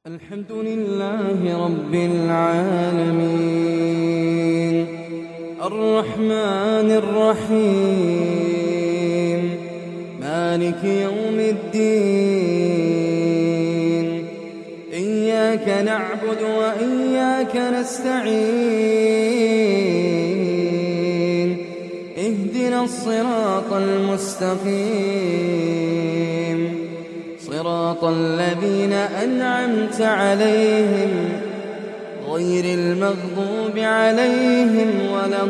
الحمد لله رب العالمين الرحمن الرحيم مالك يوم الدين إياك نعبد وإياك نستعين اهدنا الصراط المستقيم صراط الذين أنعمت عليهم غير المغضوب عليهم ولا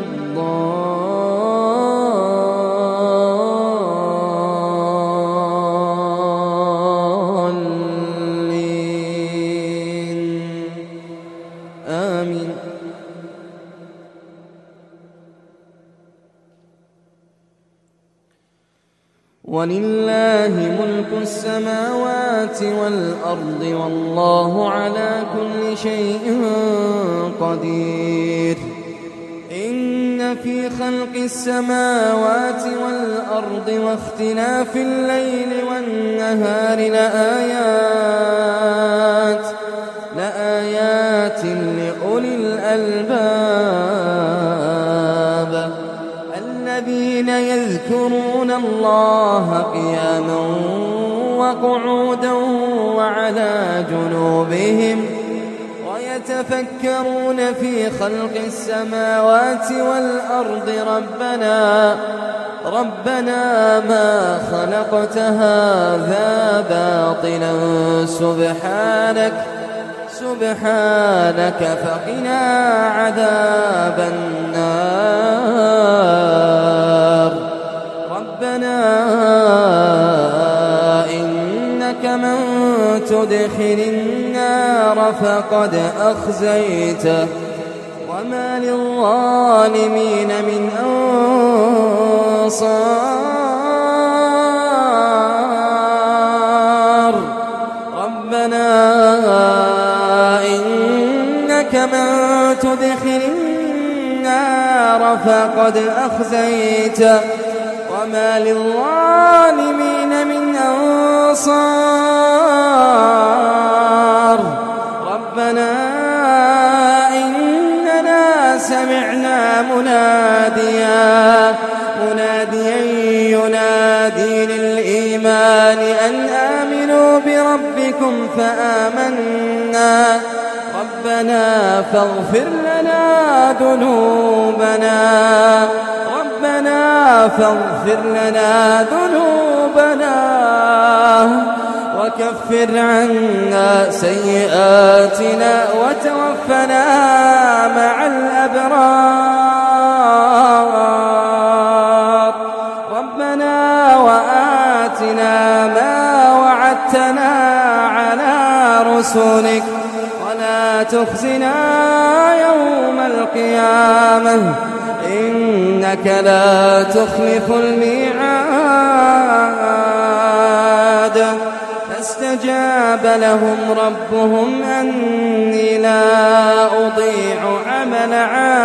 الضالين آمين. ولله ملك السماوات والأرض والله على كل شيء قدير. إن في خلق السماوات والأرض واختلاف الليل والنهار لآيات لأولي الألباب الذين يذكرون الله قياما وقعودا وعلى جنوبهم ويتفكرون في خلق السماوات والأرض ربنا ما خلقت هذا باطلا سبحانك فقنا عذاب النار. ربنا إنك من تدخل النار فقد أخزيته وما للظالمين من أنصار. ربنا إنك من تدخل النار فقد أخزيته وما للظالمين من أنصار. ربنا إننا سمعنا مناديا ينادي للإيمان أن آمنوا بربكم فآمنا. ربنا فاغفر لنا ذنوبنا وكفر عنا سيئاتنا وتوفنا مع الأبرار. ربنا وآتنا ما وعدتنا على رسلك ولا تخزنا يوم القيامة إنك لا تخلف الميعاد. فاستجاب لهم ربهم أني لا أضيع عمل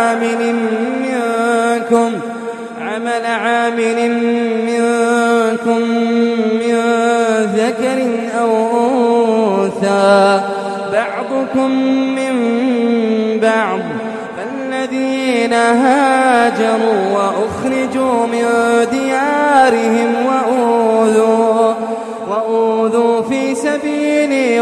عامل منكم من ذكر أو أنثى بعضكم من بعض. فالذين هاجروا وأخرجوا من ديارهم وأوذوا في سبيلي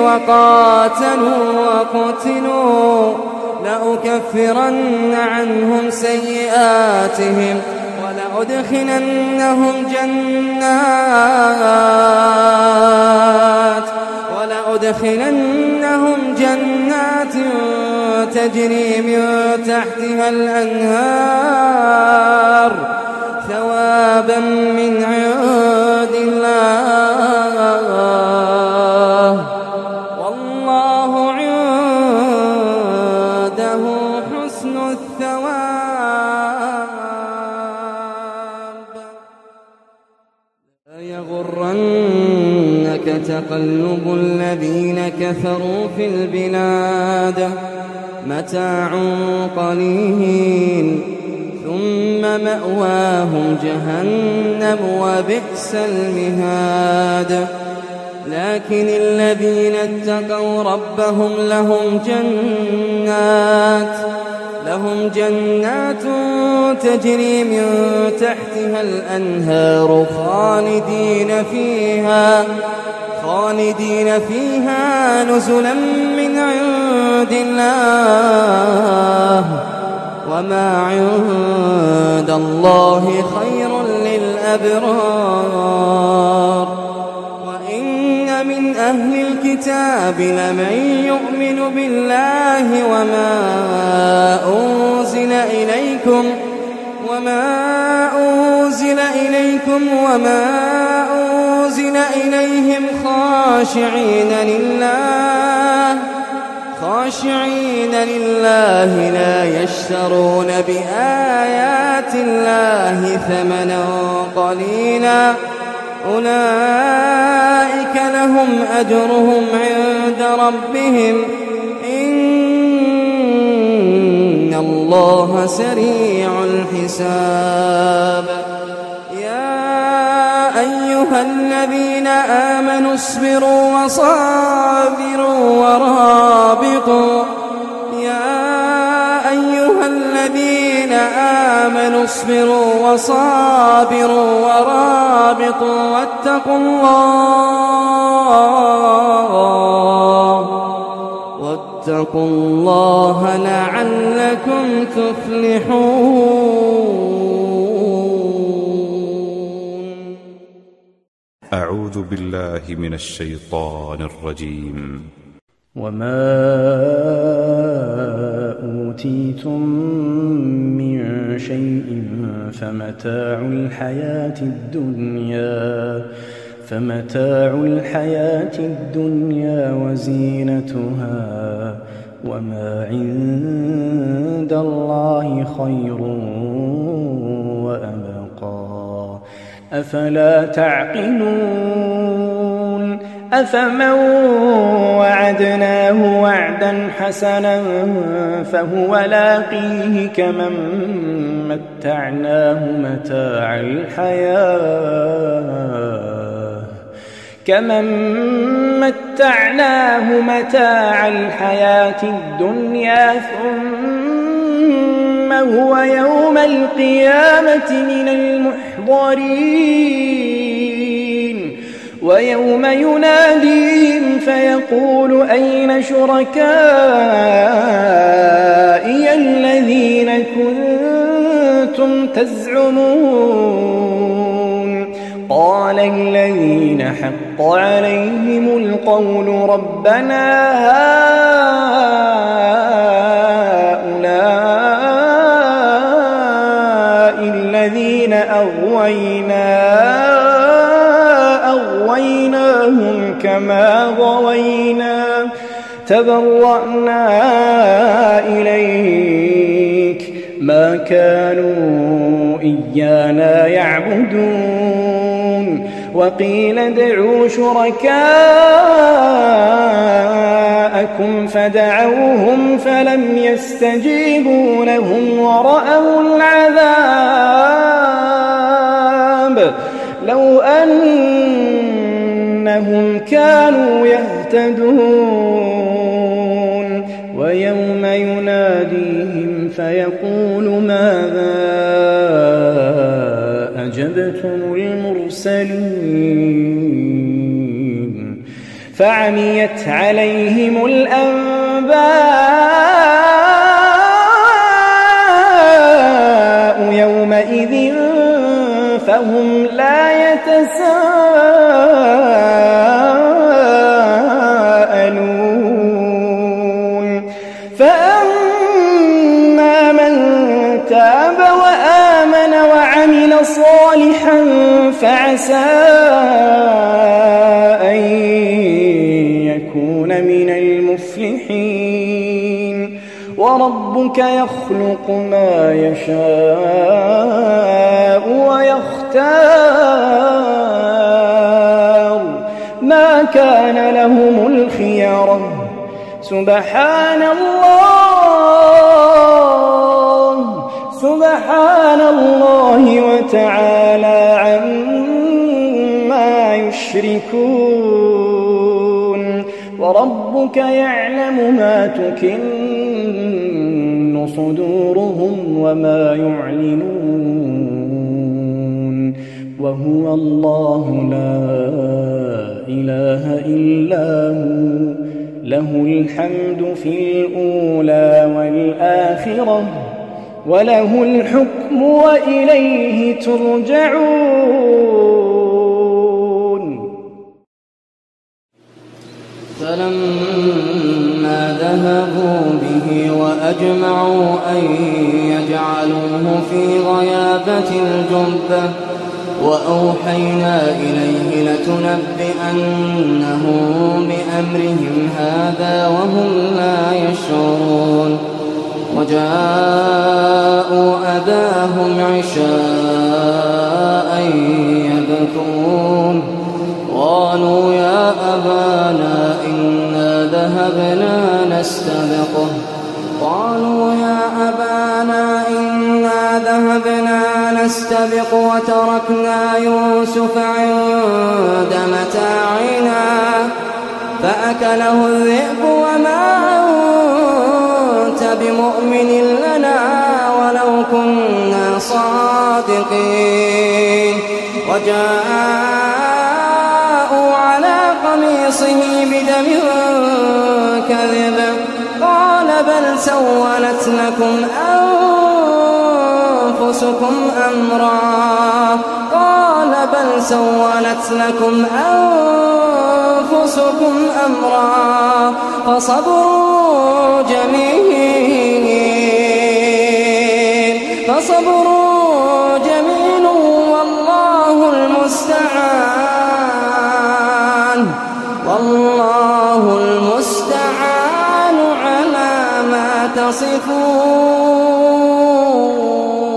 وقتلوا لأكفرن عنهم سيئاتهم ولأدخلنهم جنات تجري من تحتها الأنهار ثوابا من عند الله والله عنده حسن الثواب. لا يغرنك تقلب الذين كفروا في البلاد متاع قليل ثم مأواهم جهنم وبئس المهاد. لكن الذين اتقوا ربهم لهم جنات تجري من تحتها الأنهار خالدين فيها نزلا من عند الله وما عند الله خير للأبرار وإن من أهل الكتاب لمن يؤمن بالله وما أنزل إليكم وما أنزل إليهم خاشعين لله لا يشترون بآيات الله ثمنا قليلا أولئك لهم أجرهم عند ربهم إن الله سريع الحساب يا أيها الذين آمنوا اصبروا وصابروا ورابطوا واتقوا الله لعلكم تفلحون. أعوذ بالله من الشيطان الرجيم. وما أوتيتم من شيء فمتاع الحياة الدنيا وزينتها وما عند الله خير وأبقى أفلا تعقلون أفمن وعدناه وعدا حسنا فهو لاقيه كمن متعناه متاع الحياة الدنيا ثم هو يوم القيامة من المحضرين ويوم يناديهم فيقول أين شركائي الذين كنتم تزعمون قال الذين حق عليهم القول ربنا هؤلاء الذين أغويناهم كما غوينا تبرأنا إليك ما كانوا إيانا يعبدون وقيل ادعوا شركاءكم فدعوهم فلم يستجيبوا لهم ورأوا العذاب لو أنهم كانوا يهتدون ويوم يناديهم فيقول ماذا أجبتم المرسلين فعميت عليهم الأنباء يومئذ فهم لا يتساءلون فأما من تاب وآمن وعمل صالحا فعسى أن يكون من المفلحين وربك يخلق ما يشاء ويختار ما كان لهم الخيرة سبحان الله وتعالى عما يشركون. ربك يعلم ما تكن صدورهم وما يعلنون وهو الله لا إله إلا هو له الحمد في الأولى والآخرة وله الحكم وإليه ترجعون. فلما ذهبوا به وأجمعوا أن يجعلوه في غيابة الجبة وأوحينا إليه لتنبئنهم بأمرهم هذا وهم لا يشعرون. وجاءوا أباهم عشاء يبكون قالوا يا أبانا إنا ذهبنا نستبق وتركنا يوسف عند متاعنا فأكله الذئب وما أنت بمؤمن لنا ولو كنا صادقين. وجاءوا على قميصه بدم كذب قال بل سولت لكم أنفسكم أمرا فصبر جميل والله المستعان على ما تصفون.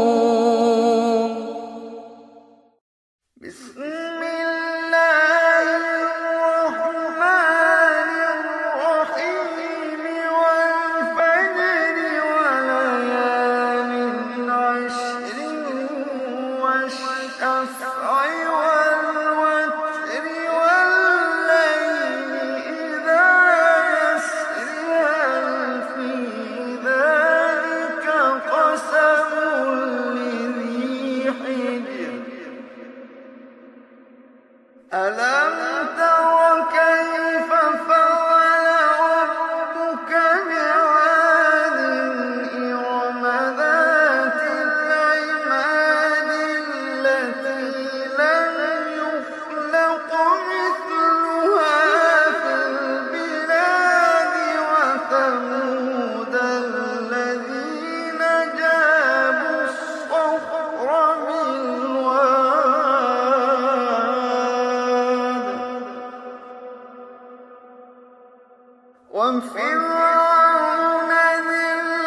وفرعون ذي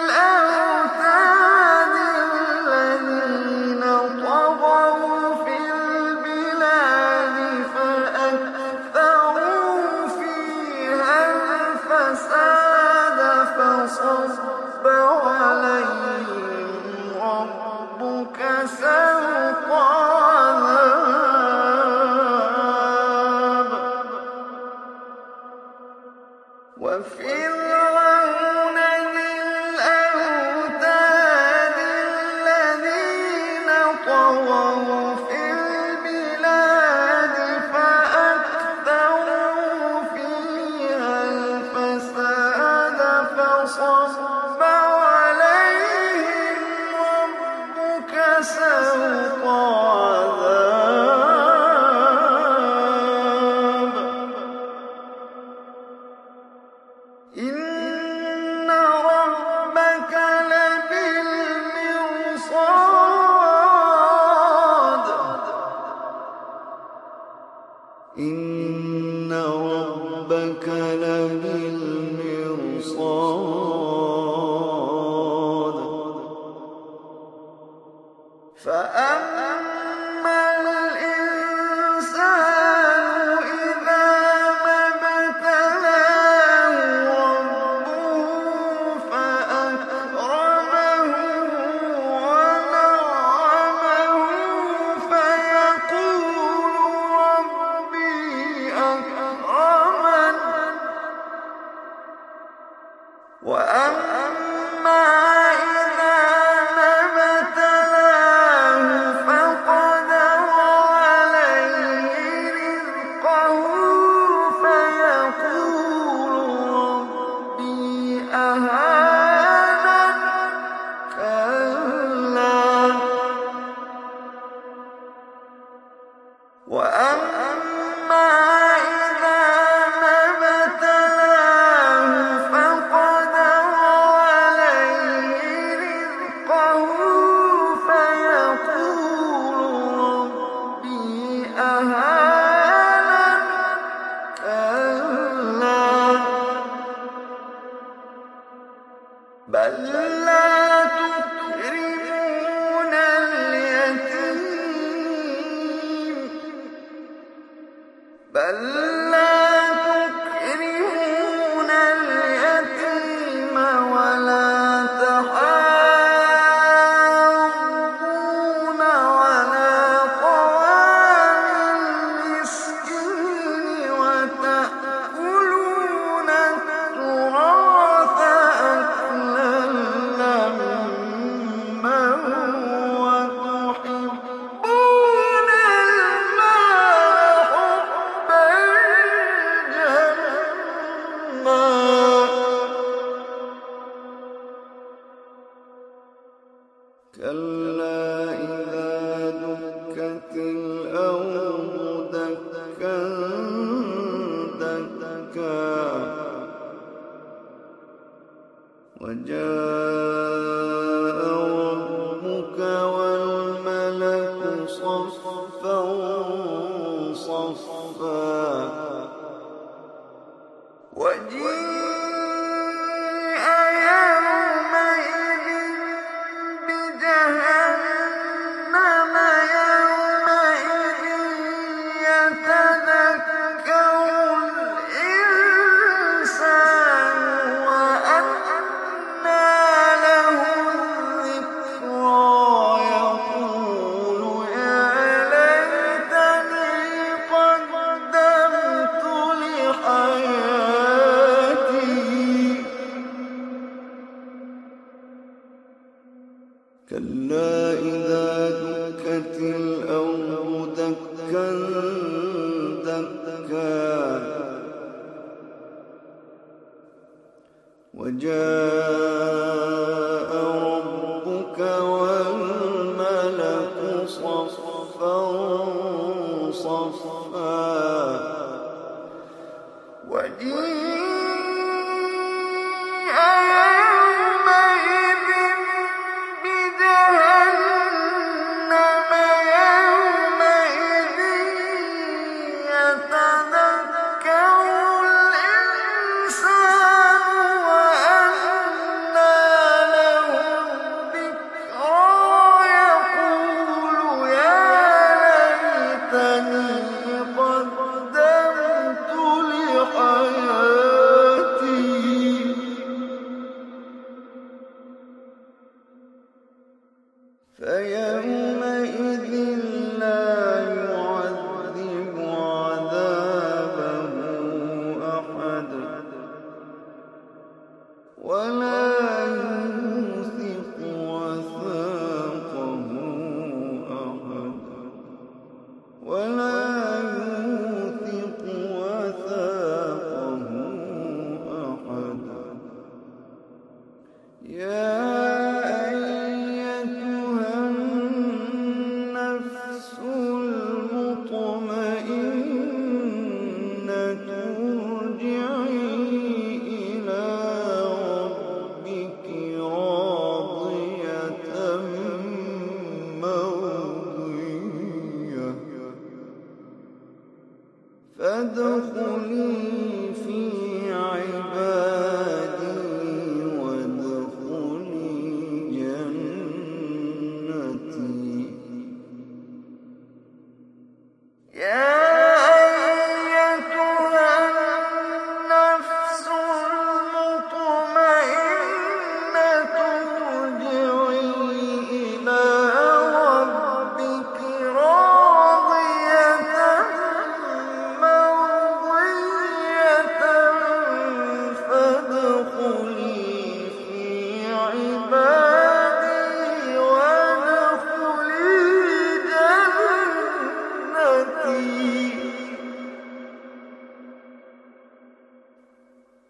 الأوتاد الذين طغوا في البلاد فأكثروا فيها الفساد فصب عليهم ربك سوط عذاب. وفرعون ذي الأوتاد الذين طغوا في البلاد فأكثروا فيها الفساد فصب عليهم ربك سوط عذاب. إن ربك لبالمرصاد. إن ربك لبالمرصاد. فأما الإنسان إذا ما ابتلاه ربه فأكرمه ونعمه فيقول ربي أكرمن. وأما إذا ما ابتلاه فقدر عليه رزقه فيقول ربي أهانن كلا وأما إذا ما ابتلاه فقدر عليه رزقه فيقول ربي أهانن كلا بل لا تكرمون اليتيم بل لا تكرمون اليتيم ولا تحاضون على طعام المسكين وتأكلون التراث أكلا لما وتحبون المال حبا جما كلا إذا دكت الأرض دكا دكا وجاء ربك والملك صفا صفا وجيء يومئذ بجهنم يومئذ يتذكر الإنسان وأنى له الذكرى يقول يا ليتني قدمت لحياتي كلا إذا دكت الأرض دكا دكا وجاء ربك والملك صفا صفا وجيء يومئذ بجهنم يومئذ يتذكر الإنسان وأنى له الذكرى يقول يا ليتني قدمت لحياتي فيومئذ لا يعذب عذابه أحد ولا يوثق وثاقه أحد ولا يوثق وثاقه أحد يا أيتها النفس المطمئنة ارجعي إلى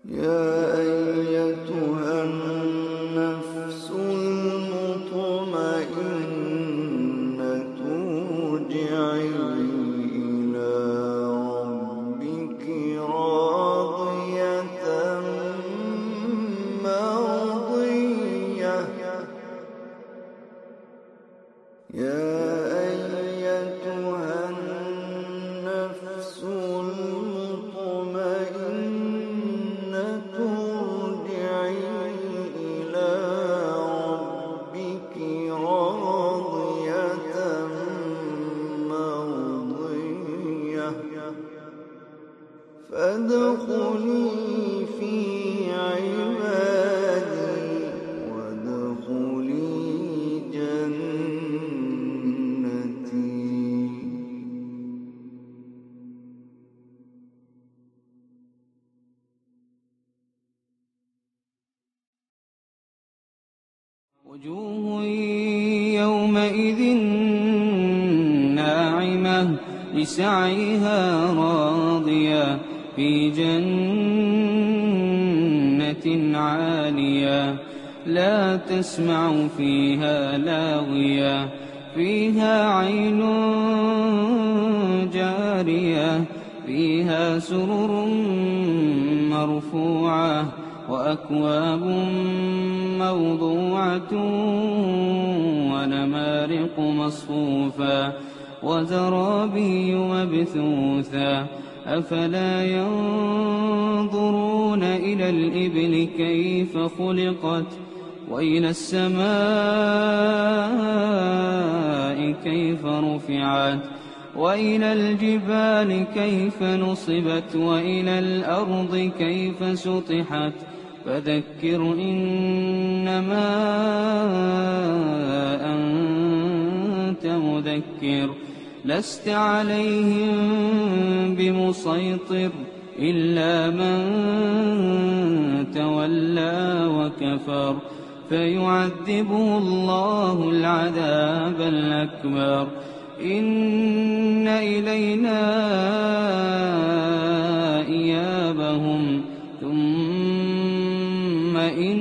يا أيتها النفس المطمئنة ارجعي إلى ربك راضية مرضية يا أيتها النفس المطمئنة ارجعي إلى ربك راضية مرضية فادخلي في عبادي وادخلي جنتي. وجوه يومئذ ناعمة لسعيها راضية في جنة عالية لا تسمع فيها لاغية فيها عين جارية فيها سرر مرفوعة وأكواب موضوعة ونمارق مصفوفة وزرابي مبثوثة أفلا ينظرون إلى الإبل كيف خلقت وإلى السماء كيف رفعت وإلى الجبال كيف نصبت وإلى الأرض كيف سطحت فذكر إنما أنت مذكر لست عليهم بمسيطر إلا من تولى وكفر فيعذبه الله العذاب الأكبر إن إلينا إيابهم ثم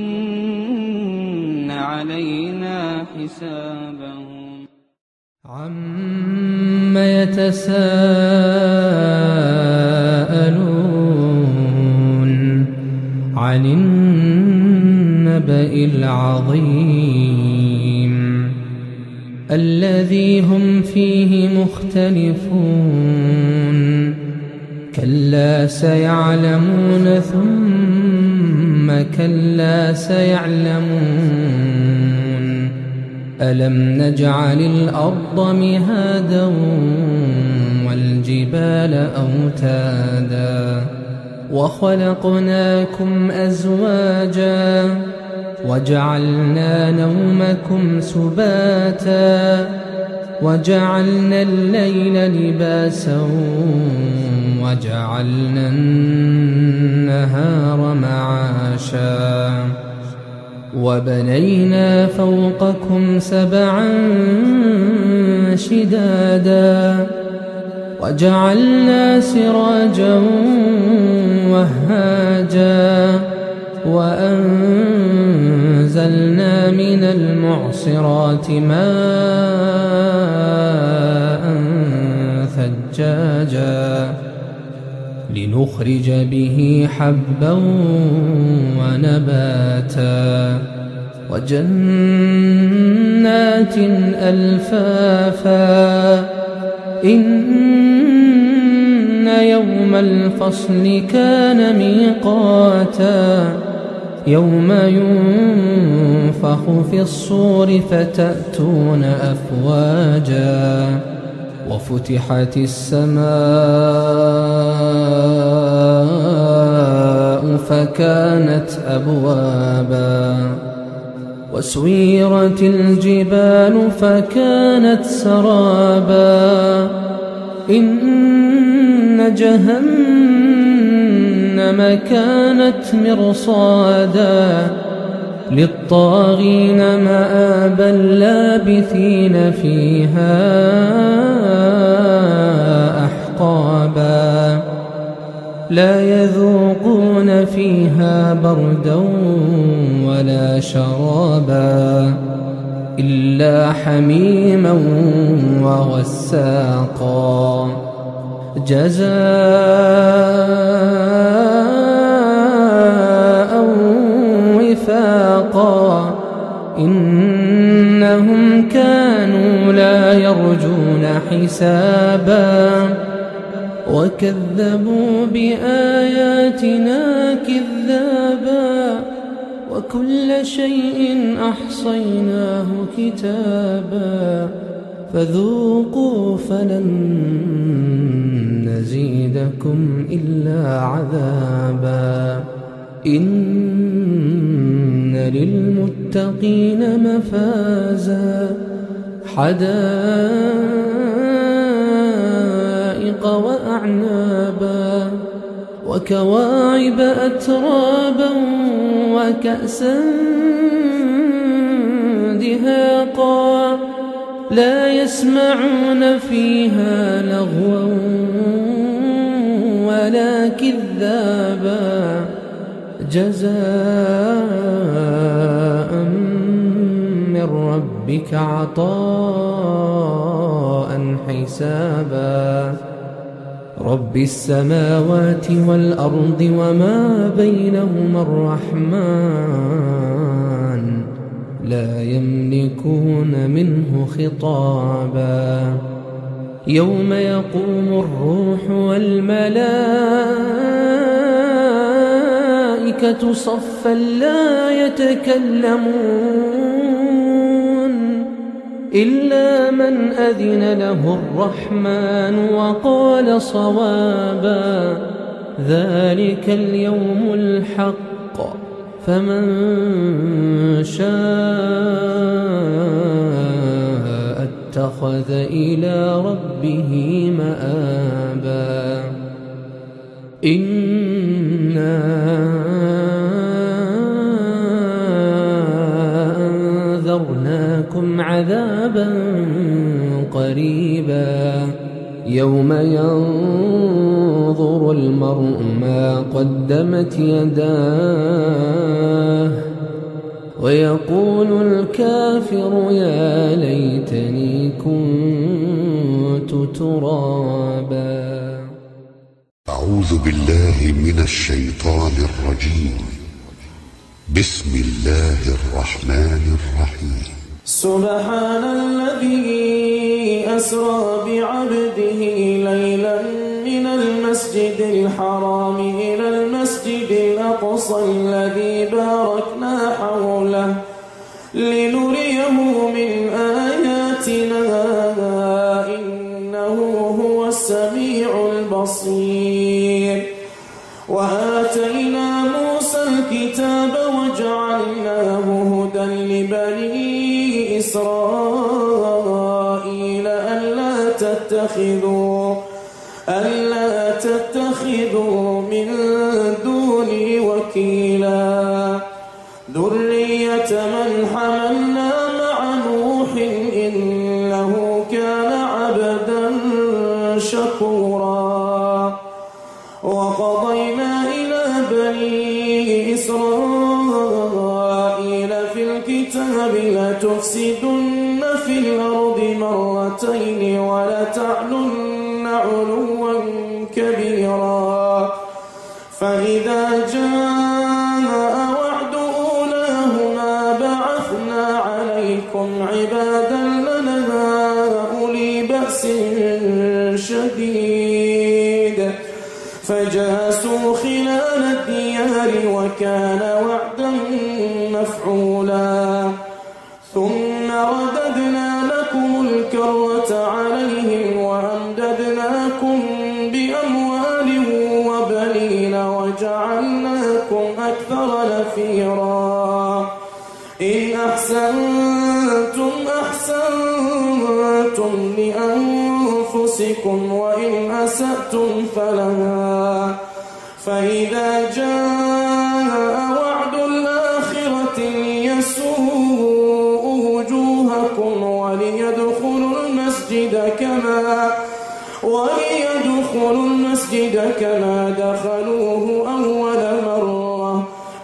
إن علينا حسابهم. عم يتساءلون عن النبأ العظيم الذي هم فيه مختلفون كلا سيعلمون ثم كلا سيعلمون ألم نجعل الأرض مهادا والجبال أوتادا وخلقناكم أزواجا وجعلنا نومكم سباتا وجعلنا الليل لباسا وجعلنا النهار معاشا وبنينا فوقكم سبعا شدادا وجعلنا سراجا وهاجا وأنزلنا من المعصرات ماء ثجاجا لنخرج به حبا ونباتا وجنات ألفافا إن يوم الفصل كان ميقاتا يوم ينفخ في الصور فتأتون أفواجا وفتحت السماء فكانت أبوابا وسويرت الجبال فكانت سرابا إن جهنم كانت مرصادا للطاغين مآبا لابثين فيها أحقابا لا يذوقون فيها بردا ولا شرابا إلا حميما وغساقا جزاء وفاقا إنهم كانوا لا يرجون حسابا وكذبوا بآياتنا كذابا وكل شيء أحصيناه كتابا فذوقوا فلن نزيدكم إلا عذابا إن للمتقين مفازا حدائق وأعنابا وكواعب أترابا وكأسا دهاقا لا يسمعون فيها لغوا ولا كذابا جزاء من ربك عطاء حسابا رب السماوات والأرض وما بينهما الرحمن لا يملكون منه خطابا يوم يقوم الروح والملائكة صفا لا يتكلمون إلا من أذن له الرحمن وقال صوابا ذلك اليوم الحق فمن شاء اتخذ إلى ربه مآبا إنا أنذرناكم عذابا قريبا يوم ينظر المرء ما قدمت يداه ويقول الكافر يا ليتني كنت ترابا أعوذ بالله من الشيطان الرجيم بسم الله الرحمن الرحيم سبحان الذي أسرى بعبده ليلا من المسجد الحرام إلى المسجد الأقصى الذي باركنا حوله لنريه من آياتنا إنه هو السميع البصير وآتينا موسى الكتاب وجعلناه هدى لبني إسرائيل ألا تتخذوا من دوني وكيلا ذرية من حملنا مع نوح إنه كان عبدا شكورا وقضينا إلى بني إسرائيل في الكتاب لتفسدن في الأرض مرتين ولتعلن علوا كبيرا فإذا جاء وعد أولاهما بعثنا عليكم عبادا لنا أولي بأس شديد فجاسوا خلال الديار وكان وعدا مفعولا ثم رددنا لكم الكرة عليهم وأمددناكم بأموال وبنين وجعلناكم أكثر نفيرا إن أحسنتم أحسنتم لأنفسكم وإن أسأتم فلها فإذا جاء وعد الآخرة ليسوءوا وجوهكم وليدخلوا المسجد كما دخلوا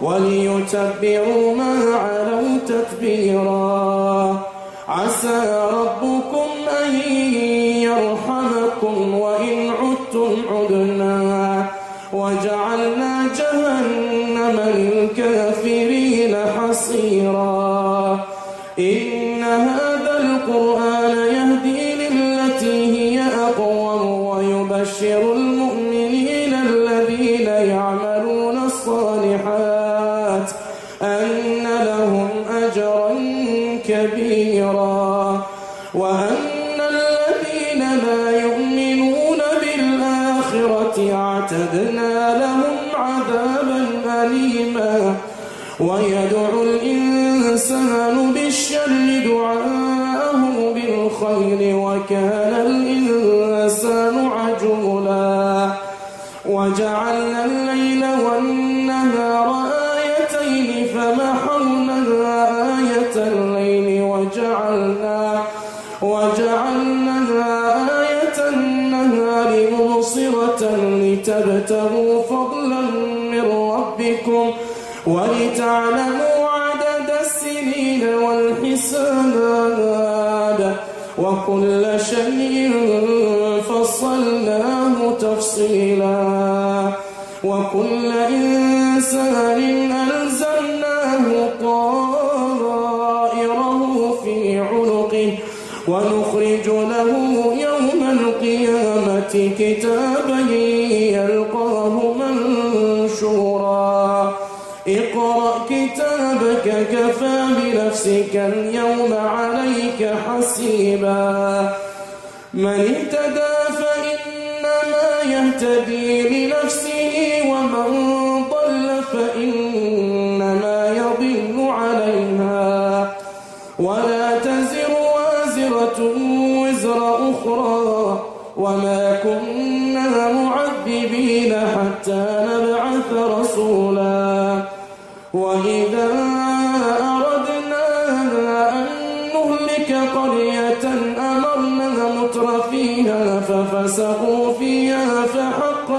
وليتبروا ما علوا تتبيرا عسى ربكم أن يرحمكم وإن عدتم عدنا وجعلنا جهنم للكافرين حصيرا إن هذا القرآن يهدي للتي هي أقوم ويبشر المؤمنين الذين يعملون الصالحات أن لهم أجرا كبيرا وأن الذين لا يؤمنون بالآخرة اعتدنا لهم عذابا أليما ويدعو الإنسان بالشر دعاءه بالخير وكان الإنسان عجولا وجعلنا الليل والنهار آيتين فمحونا آية الليل وجعلنا آية النهار مبصرة لتبتغوا فضلا من ربكم ولتعلموا عدد السنين والحساب وكل شيء فصلناه تفصيلا وكل إنسان ألزمناه طائره في عنقه ونخرج له يوم القيامة كتابا يلقاه منشورا اقرأ كتابك كفى بنفسك اليوم عليك حسيبا من اهتدى فإنما يهتدي لنفسه ومن ضل فإنما يضل عليها ولا تزر وازرة وزر أخرى وما كنا معذبين حتى نبعث رسولا وإذا أردنا أن نهلك قرية أمرنا مترفيها ففسقوا فيها فحق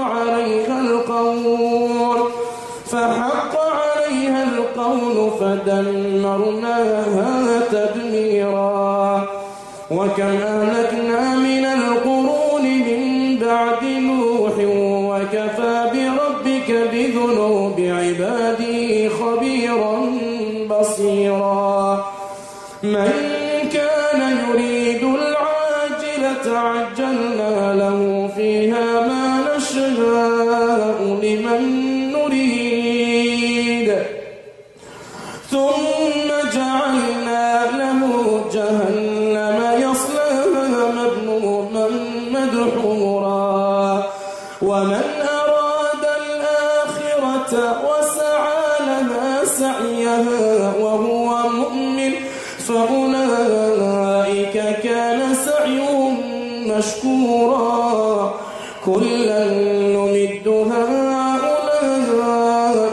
عليها القول فدمرناها تدميرا وكم أهلكنا من القرون من بعد نوح وكفى بربك بذنوب عباده خبيرا بصيرا من كان يريد العاجلة عجلنا له فيها ما نشاء لمن نريد ثم جعلنا له جهنم يصلاها مذموما مدحورا ومن أراد الآخرة وسعى لها سعيها وهو مؤمن فأولئك كان سعيهم مشكورا كلا نمد هؤلاء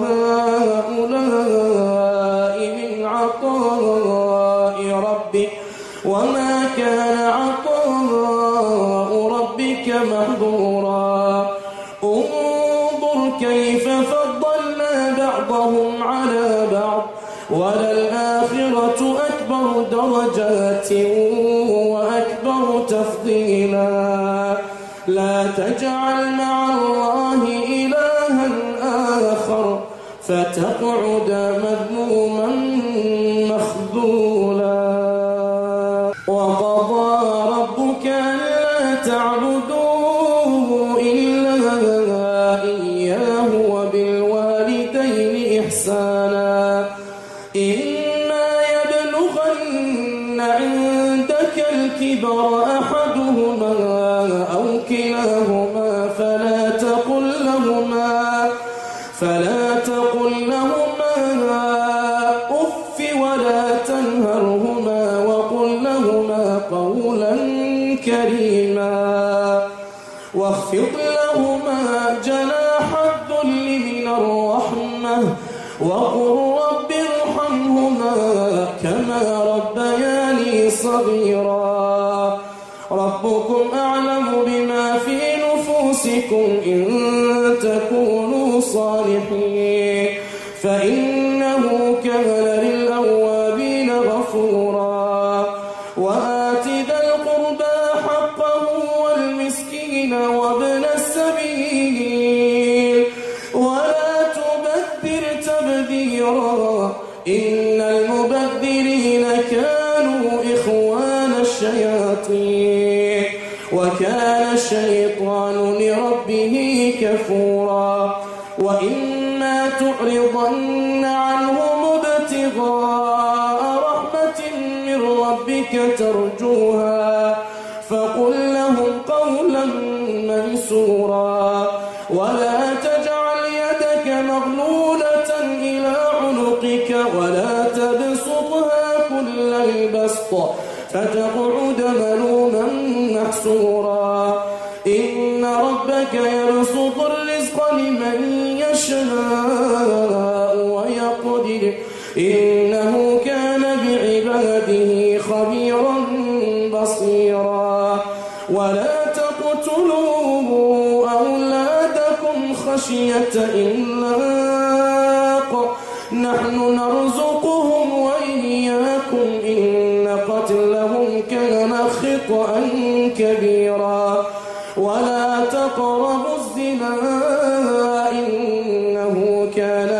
وهؤلاء من عطاء ربك وما كان عطاء ربك محظورا انظر كيف فضلنا بعضهم على بعض وللآخرة أكبر درجات وأكبر تفضيلا لا تجعل مع الله إلها آخر فتقعد مذموما مخذولا وقضى ربك ألا تعبدوا إلا إياه وبالوالدين إحسانا إما يبلغن عندك الكبر أحدهما أو كلاهما فلا تقل لهما أف ولا تنهرهما وقل لهما قولا كريما واخفض لهما جناح الذل من الرحمة وقل رب ارحمهما كما ربياني صغيرا ربكم أعلم بما في نفوسكم إن تكونوا صالحين فإنه كان للأوابين غفورا وآت ذا القربى حقه والمسكين وابن السبيل ولا تبذر تبذيرا إن المبذرين كانوا إخوان الشياطين وكان الشيطان لربه كفورا وإما تعرضن عنهم ابتغاء رحمة من ربك ترجوها فقل لهم قولا ميسورا ولا تجعل يدك مغلولة إلى عنقك ولا تبسطها كل البسط فتقعد ملوما محسورا إن ربك يبسط الرزق لمن يشاء ويقدر إنه كان بعباده خبيرا بصيرا ولا تقتلوا أولادكم خشية إملاق نحن نرزقهم وإياكم إن قتلهم كان خطأ كبيرا ولا تقربوا الزنا إنه كان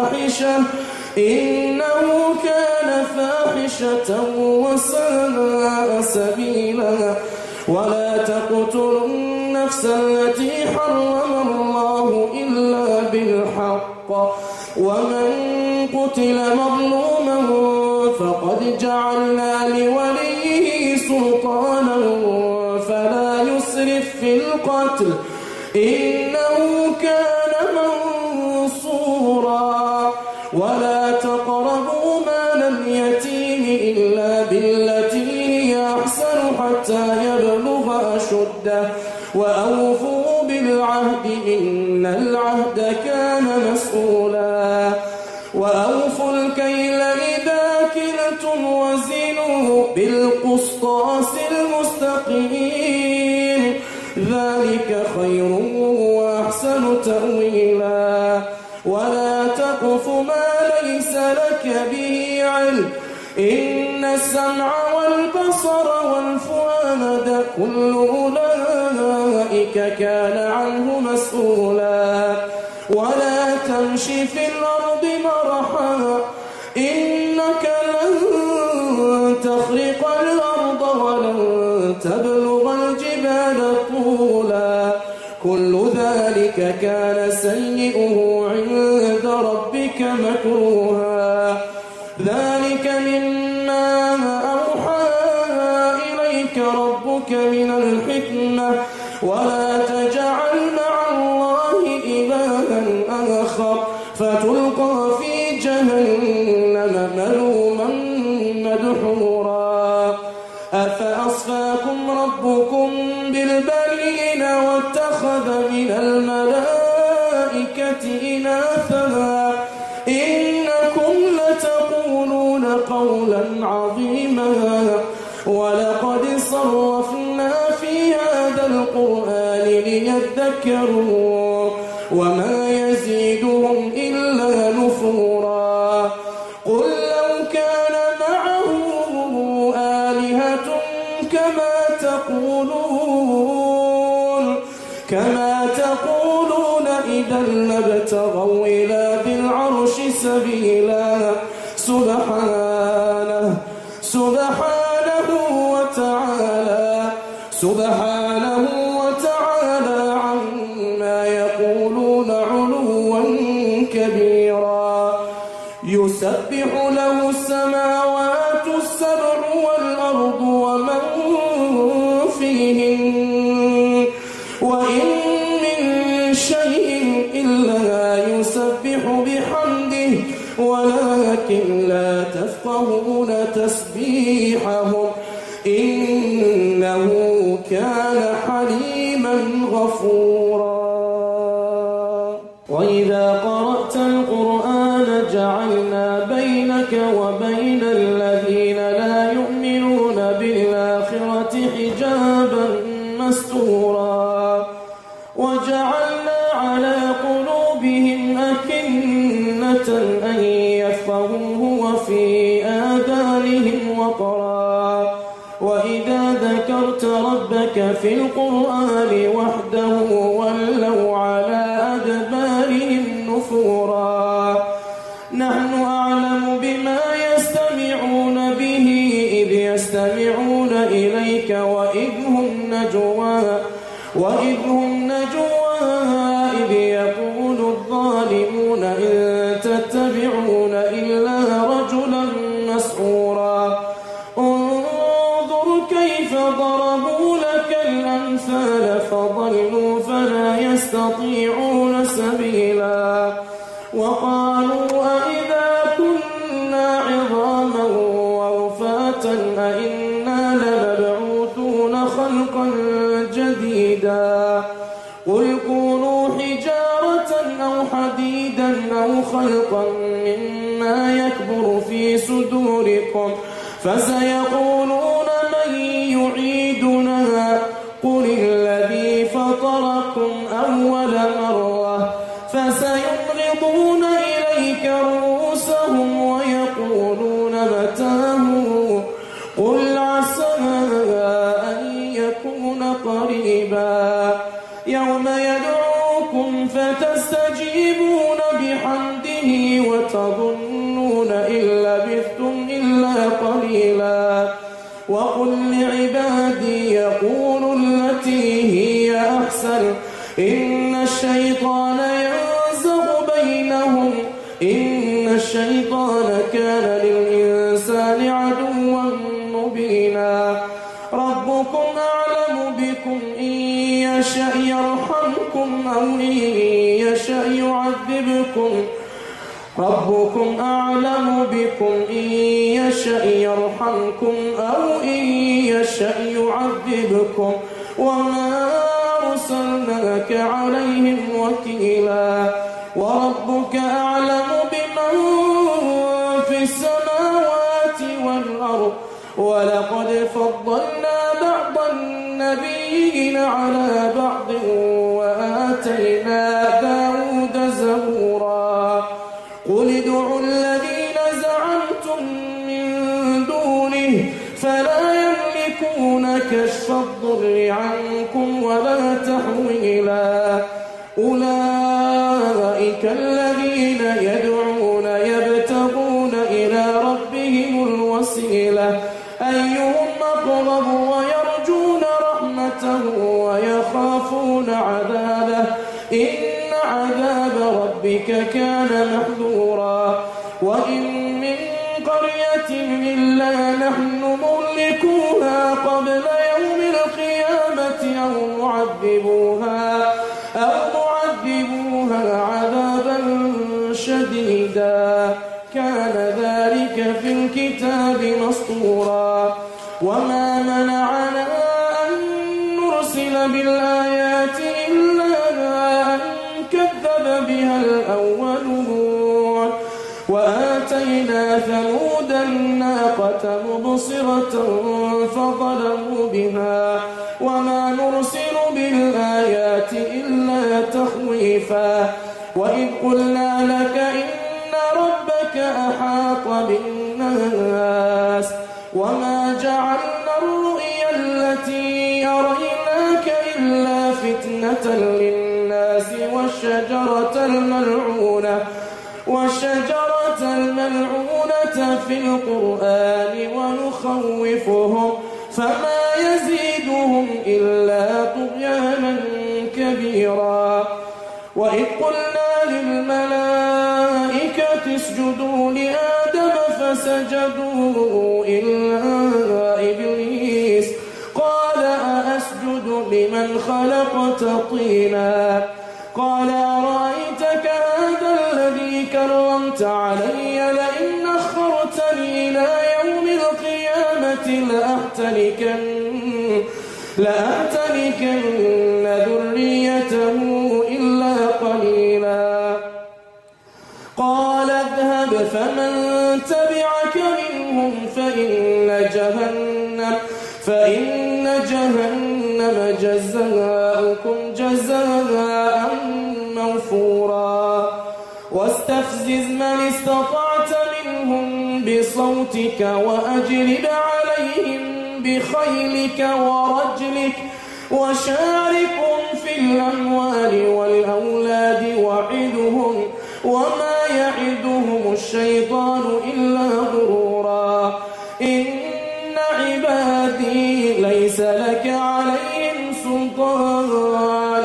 فاحشة وساء سبيلا ولا تقتلوا النفس التي حرم الله إلا بالحق ومن قتل مظلوما فقد جعلنا لوليه سلطانا فلا يسرف في القتل إنه كان منصورا ولا تقربوا مال اليتيم إلا بالتي هي أحسن حتى يبلغ أشده وأوفوا بالعهد إن العهد كان مسؤولا وأوفوا الكيل إذا كلتم وزنوا بالقسطاس المستقيم ذلك خير وأحسن تأويلا ولا تقف ما ليس لك به علم إن السمع والبصر والفؤاد كل أولئك كان عنه مسؤولا ولا تمش في الأرض مرحا إنك لن تخرق الأرض ولن تبلغ الجبال طولا كل ذلك كان سيئه عند ربك مكروها ذلك مما أوحى إليك ربك من الحكمة ولا تجعل مع الله إلها آخر فتلقى في جهنم ملوما مدحورا أفأصفاكم ربكم بالبنين واتخذ من الملائكة إناثا إنكم لتقولون قولا عظيما ولقد صرفنا في هذا القرآن ليذكروا وما يزيدهم إلا نفورا قل لو كان معه آلهة كما تقولون إذا لابتغوا إلى ذي العرش سبيلا سبحانه وتعالى عما يقولون علوا كبيرا يسبح له السماوات السبع والأرض ومن فيهن وإن من شيء إلا يسبح بحمده ولكن لا تفقهون تسبيحهم إنه كان حليما غفورا وإذا قرأت القرآن جعلنا بينك وبين الذين لا يؤمنون بالآخرة حجابا مستورا وجعلنا على قلوبهم أكنة أن يفقهوه وفي آذانهم وقرا وإذا ذكرت ربك في القرآن وحده ولوا على أدبارهم نفورا نحن أعلم بما يستمعون به إذ يستمعون إليك وإذ هم نجوى إذ يقول الظالمون إن تتبعون إلا رجلا مسحورا انظر كيف ضربوا لك الأمثال فضلوا فلا يستطيعون سبيلا وقالوا أئذا كنا عظاما ورفاتا أئنا لمبعوثون خلقا جديدا قل كونوا حجارة أو حديدا أو خلقا مما يكبر في صدوركم فسيقولون من يعيدنا قل الذي فطركم أول مرة فسيقرضون إليك رؤوسهم ويقولون متاه قل عسى أن يكون قريبا يوم يدعوكم فتستجيبون بحمده وتظنون إن لبثتم إلا قليلا وقل لعبادي يقولوا التي هي أحسن إن الشيطان ينزغ بينهم إن الشيطان كان للإنسان عدوا مبينا ربكم أعلم بكم إن يشأ يرحمكم أو إن يشأ يعذبكم ربكم أعلم بكم إن يشأ يرحمكم أو إن يشأ يعذبكم وما أرسلناك عليهم وكيلا وربك أعلم بمن في السماوات والأرض ولقد فضلنا بعض النبيين على بعض وآتينا داود زبورا قل ادعوا الذين زعمتم من دونه فلا يملكون كشف الضر عنكم ولا تحويلا أولئك الذين يدعون يبتغون إلى ربهم الوسيلة أيهم أقرب ويرجون رحمته ويخافون عذابه إن عذاب ربك كان محذورا وإن من قرية إلا نحن مهلكوها قبل يوم القيامة أو معذبوها عذابا شديدا كان ذلك في الكتاب مسطورا وما منعنا أن نرسل بالآيات إلا أن كذب بها الأولون وآتينا ثمود الناقة مبصرة فظلموا بها وما نرسل بالآيات إلا تخويفا وإذ قلنا لك إن ربك أحاط بالناس وما جعلنا الرؤيا التي أريناك إلا فتنة للناس والشجرة الملعونة في القرآن ونخوفهم فما يزيدهم إلا طغيانا كبيرا وإذ قلنا للملائكة اسجدوا لآدم فسجدوا إلا إبليس قال أأسجد لمن خلقت طينا قال أرأيتك هذا الذي كرمت علي لئن أخرتني إلى يوم القيامة لأهتلكن ذريته إلا قليلا قال اذهب فمن تبعك منهم فإن جهنم جزاؤكم جزاء موفورا واستفزز واستفزز من استطعت منهم بصوتك وأجلب عليهم بخيلك ورجلك وشاركهم في الأموال والأولاد وعدهم وما يعدهم الشيطان إلا غرورا إن عبادي ليس لك عليهم سلطان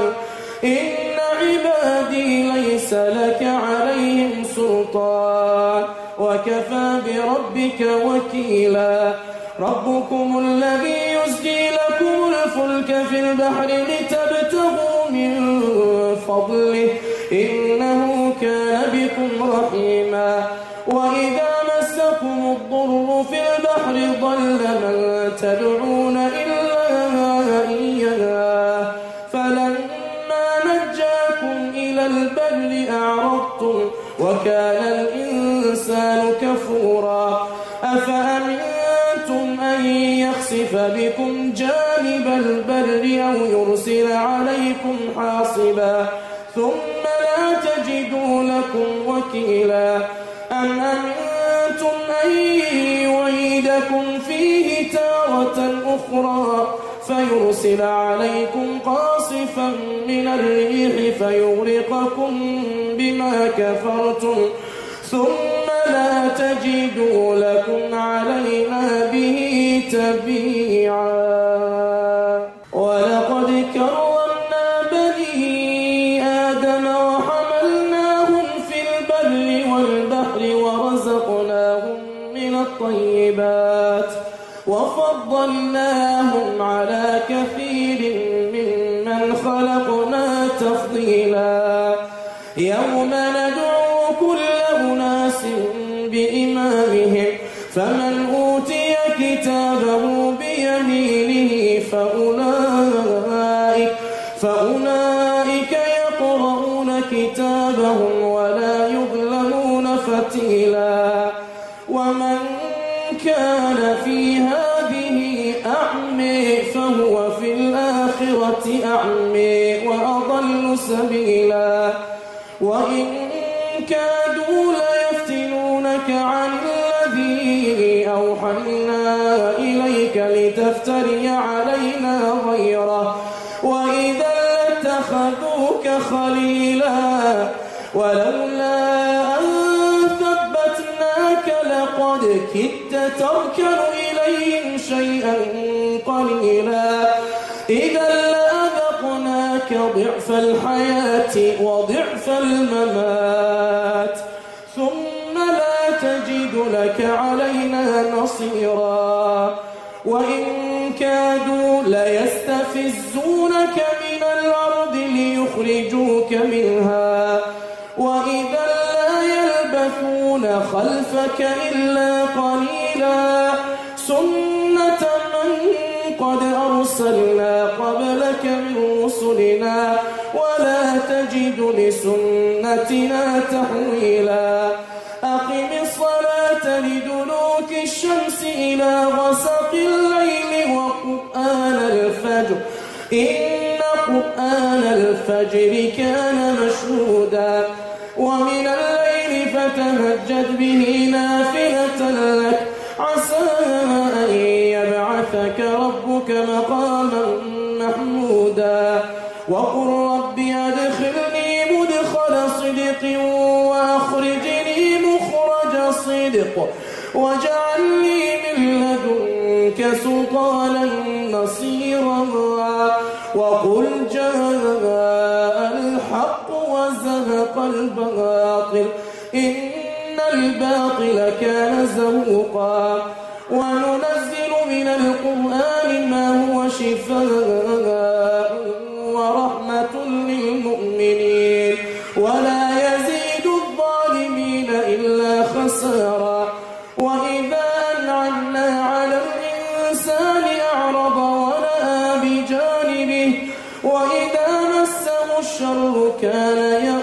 وكفى بربك وكيلا ربكم الذي يزجي لكم الفلك في البحر لتبتغوا من فضله إنه كان بكم رحيما وإذا مسكم الضر في البحر ضل من تدعون إلا إياه فلما نجاكم إلى البر أعرضتم وكان الإنسان كفورا أفأمنتم أن يخسف بكم جانب البر أو يرسل عليكم حاصبا ثم لا تجدوا لكم وكيلا أم أمنتم أن يعيدكم فيه تارة أخرى فيرسل عليكم قاصفا من الريح فيغرقكم بما كفرتم ثم لا تجدوا لكم علينا به تبيعا ولقد كرمنا بني آدم وحملناهم في البر والبحر ورزقناهم من الطيبات وفضلناهم على كثير ممن خلقنا تفضيلا يوم ندعو كل أناس بإمامهم فمن أوتي كتابه بيمينه فأولئك يقرؤون كتابهم ولا يظلمون فتيلا ومن كان في هذه أعمى فهو في الآخرة أعمى وأضل سبيلا وإن كادوا ليفتنونك عن الذي أوحينا إليك لتفتري علينا غيره وإذا لاتخذوك خليلا ولولا أن ثبتناك لقد كدت تركن إليهم شيئا قليلا إذا لأذقناك ضعف الحياة وضعف الممات ثم لا تجد لك علينا نصيرا وإن كادوا ليستفزونك من الأرض ليخرجوك منها وإذا لا يلبثون خلفك إلا قليلا سنة من قد أرسلنا قبلك من رسلنا ولا تجد لسنتنا تحويلا أقم الصلاة لدلوك الشمس إلى غسق الليل وقرآن الفجر إن قرآن الفجر كان مشهودا ومن الليل فتهجد به نافلة لك عسى أن يبعثك ربك مقاما محمودا وقل رب أدخلني مدخل صدق وأخرجني مخرج صدق واجعل لي من لدنك سلطانا نصيرا وقل جاء الحق وزهق الباطل إن الباطل كان زهوقا وننزل من القرآن ما هو شفاء ورحمة للمؤمنين ولا يزيد الظالمين إلا خسارا وإذا أنعمنا على الإنسان أعرض ونأى بجانبه وإذا مسه الشر كان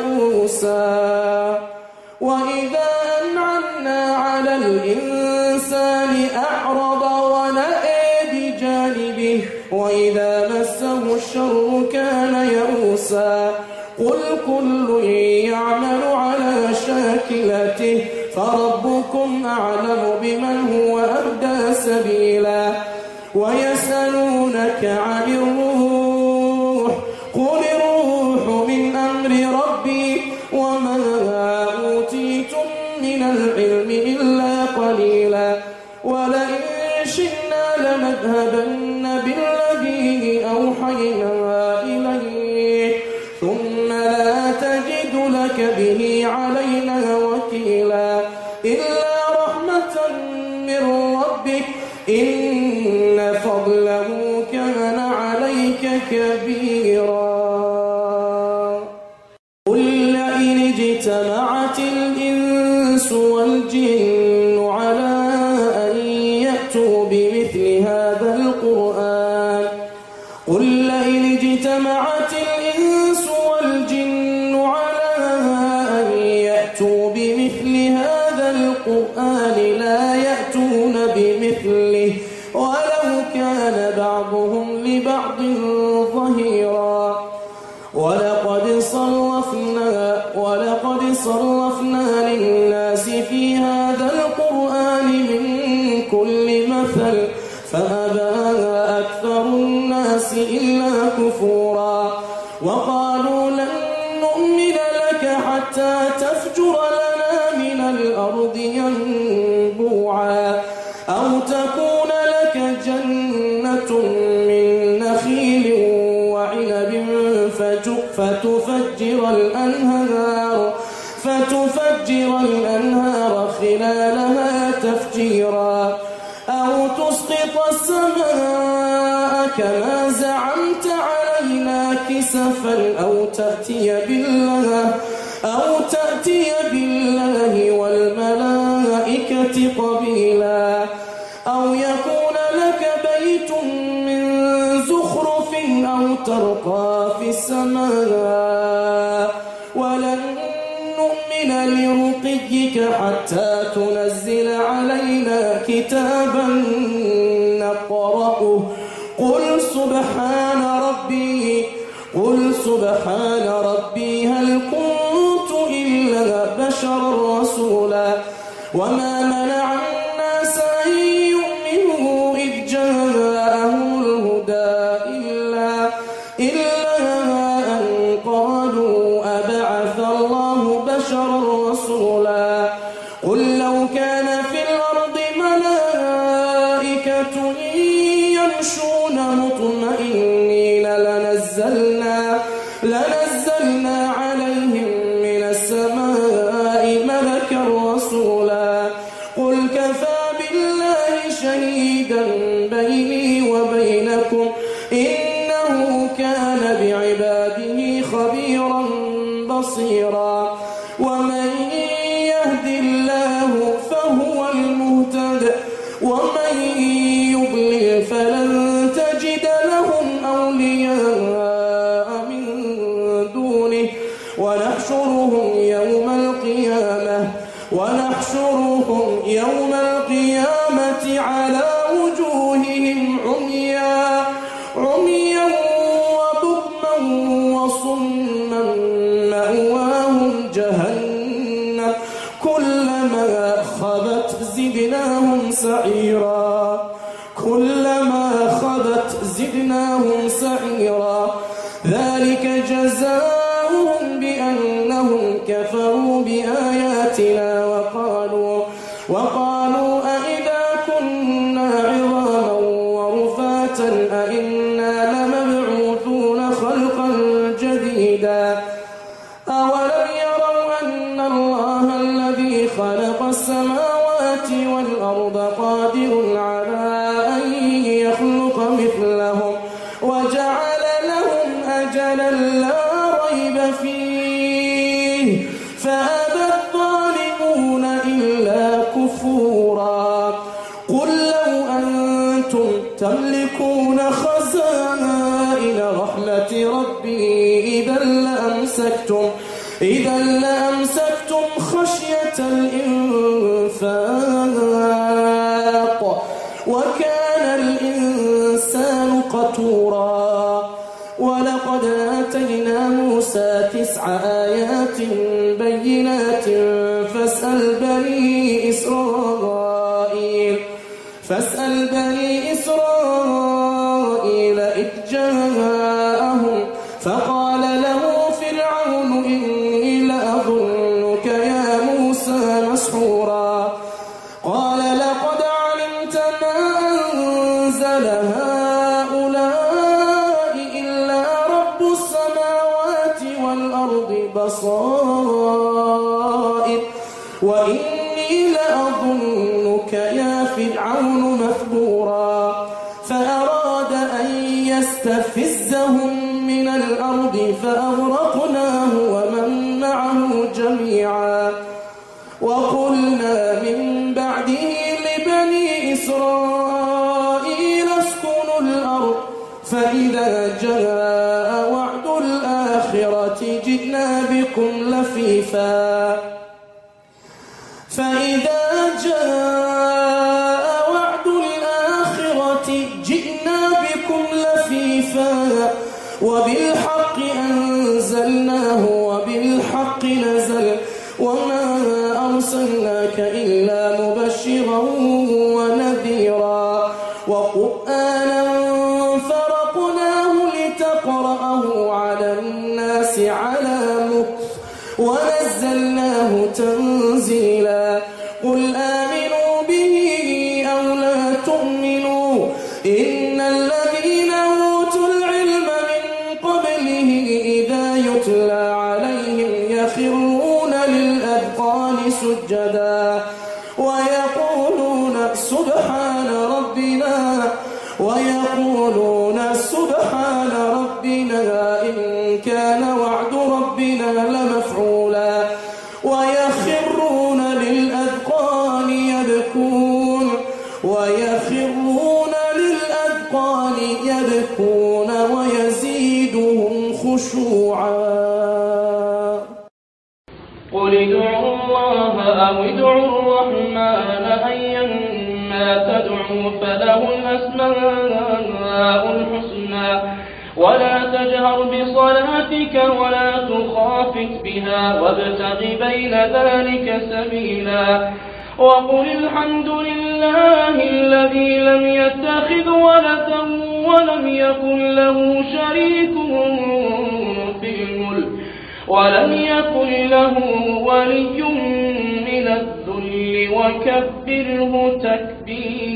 يئوسا وإذا أنعمنا على الإنسان أعرض ونأى بجانبه وإذا مسه الشر كان يئوسا قل كل يعمل على شاكلته آياته فربكم أعلم بمن هو أهدى سبيلا ويسألونك عن الروح قل الروح من أمر ربي وما أوتيتم من العلم إلا قليلا ولئن شئنا لنذهبن بالذي أوحينا إليك ثم لا تجد لك به علينا وكيلا إلا رحمة من ربك إن فضله كان عليك كبيرا قل لئن اجتمعت الإنس والجن على أن يأتوا بمثل هذا القرآن قل لئن اجتمعت الإنس والجن على أن يأتوا بمثل هذا القرآن لا يأتون بمثله ولو كان بعضهم لبعض ظهيرا ولقد صرفنا للناس في هذا القرآن من كل مثل فأبى أكثر الناس إلا كفورا وقالوا لن نؤمن لك حتى تفجر لنا من الأرض ينبوعا أو تكون لك جنة من نخيل وعنب فتفجر الأنهار خلالها تفجيرا أو تسقط السماء كما زعمت علينا كسفا أو تأتي بالله والملائكة قبيلا أو يكون لك بيت من زخرف أو ترقى في السماء ولن نؤمن لرقيك حتى تنزل علينا كتابا نقرأه قل سبحان ربي هل كنت إلا بشرا رسولا وما منع الناس أن يؤمنوا إذ جاءهم الهدى إلا أن قالوا أبعث الله بشرا رسولا قل لو كان في الأرض ملائكة يمشون مطمئنين لنزلنا عليهم من السماء ملكا رسولا قل كفى بالله شهيدا بيني وبينكم إنه كان بعباده خبيرا بصيرا ومن يهد الله فهو المهتد ومن يضلل فلن تجد لهم أولياء من دونه ونحشرهم يوم القيامة على وجوههم عميا وبكما وصما مأواهم جهنم كلما خبت زدناهم سعيرا ذلك جزاؤهم بأنهم كفروا بآياتنا وقالوا أئذا كنا عظاما ورفاتا أئنا لمبعوثون خلقا جديدا أولم يروا أن الله الذي خلق السماوات والأرض قادر على أن يخلق مثلهم وجعل لهم أجلا لا ريب فيه فأبى الظالمون إلا كفورا قل لو أنتم تملكون خزائن رحمة ربي إذا لأمسكتم خشية الإنفاق وكان الإنسان قتورا ولقد آتينا موسى 9 آيات بينات فاسأل فاسأل بني إسرائيل إذ جاءهم فقال له فرعون إني لأظنك يا موسى مسحورا قال لقد علمت ما أنزل هؤلاء إلا رب السماوات والأرض بصائر وإني لأظنك يا فرعون مثبورا فأراد أن يستفزهم من الأرض فأغرقناه ومن معه جميعا وقلنا من بعده لبني إسرائيل اسكنوا الأرض فإذا جاء وعد الآخرة جئنا بكم لفيفا وبالحق أنزلناه وبالحق نزل وما أرسلناك إلا مبشرا ونذيرا وقرآنا فرقناه لتقرأه على الناس على مكث ونزلناه تنزيلا قل آمنوا به أو لا تؤمنوا إن الذين أوتوا العلم من قبله إذا يتلى عليهم يخرون للأذقان سجدا ويقولون سبحان ربنا إن كان وعد ربنا لمفعولا ويخرون للأذقان يبكون ويزيدهم خشوعا قل ادعوا الله أو ادعوا الرحمن أيما تدعوا فله الأسماء الحسنى ولا تجهر بصلاتك ولا تخافت بها وابتغ بين ذلك سبيلا وقل الحمد لله الذي لم يتخذ ولدا ولم يكن له شريك في الملك ولم يكن له ولي من الذل وكبره تكبيرا